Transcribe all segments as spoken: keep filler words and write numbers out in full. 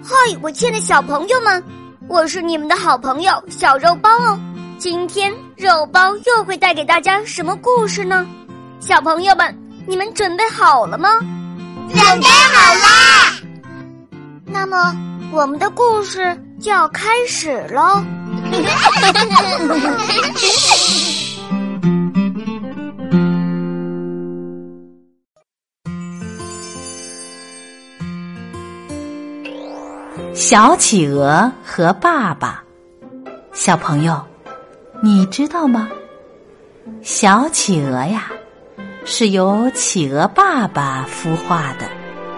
嗨，我亲爱的小朋友们，我是你们的好朋友小肉包哦。今天肉包又会带给大家什么故事呢？小朋友们，你们准备好了吗？ 准备好啦！ 那么我们的故事就要开始喽。 小企鹅和爸爸。小朋友，你知道吗？小企鹅呀，是由企鹅爸爸孵化的。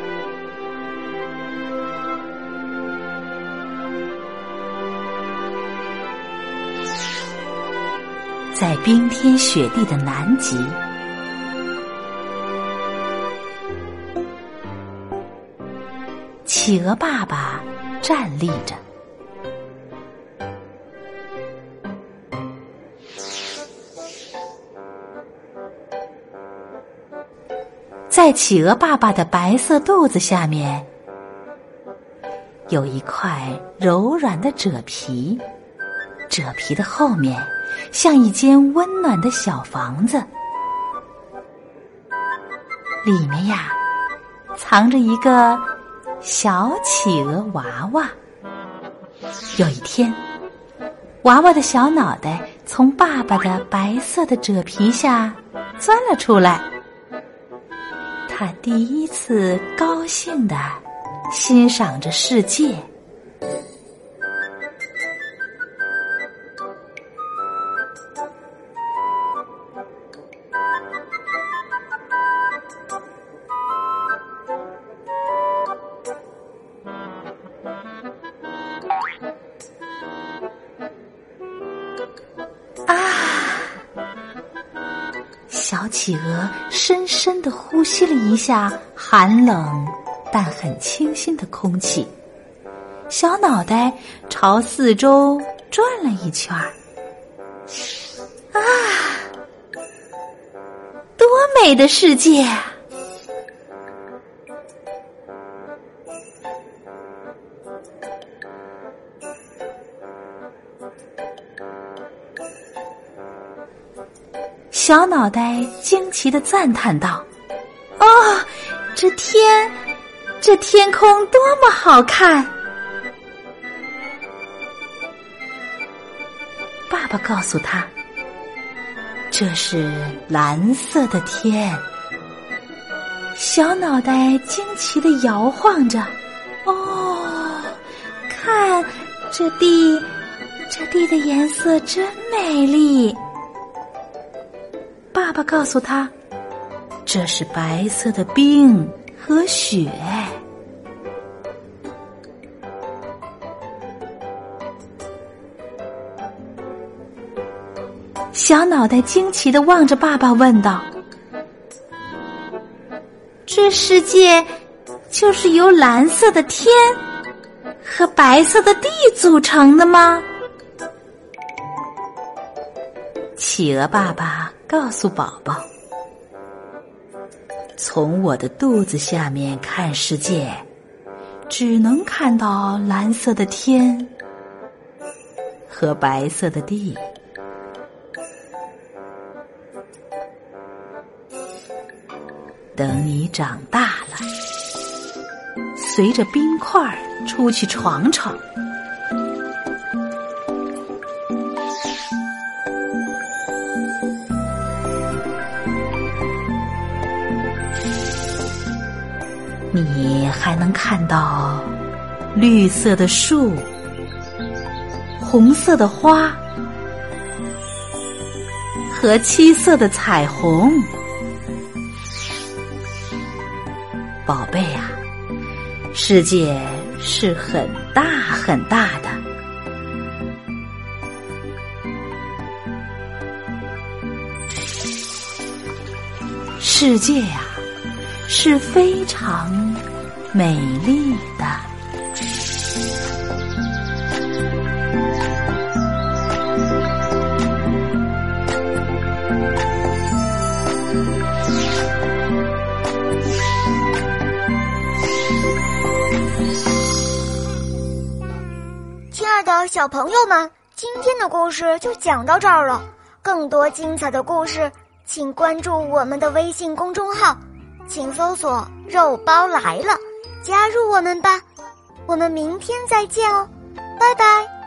在冰天雪地的南极，企鹅爸爸站立着，在企鹅爸爸的白色肚子下面，有一块柔软的赭皮，赭皮的后面像一间温暖的小房子，里面呀，藏着一个小企鹅娃娃。有一天，娃娃的小脑袋从爸爸的白色的赭皮下钻了出来，他第一次高兴地欣赏着世界。小企鹅深深地呼吸了一下寒冷但很清新的空气，小脑袋朝四周转了一圈儿。啊，多美的世界！小脑袋惊奇地赞叹道：“哦，这天，这天空多么好看！”爸爸告诉他：“这是蓝色的天。”小脑袋惊奇地摇晃着：“哦，看，这地，这地的颜色真美丽。”爸爸告诉他，这是白色的冰和雪。小脑袋惊奇地望着爸爸问道：“这世界就是由蓝色的天和白色的地组成的吗？”企鹅爸爸告诉宝宝：“从我的肚子下面看世界，只能看到蓝色的天和白色的地。等你长大了，随着冰块出去闯闯。”你还能看到绿色的树、红色的花和七色的彩虹。宝贝啊，世界是很大很大的。世界呀，是非常美丽的。 小朋友们，今天的故事就讲到这儿了。更多精彩的故事，请关注我们的微信公众号，请搜索“肉包来了”，加入我们吧。我们明天再见哦，拜拜。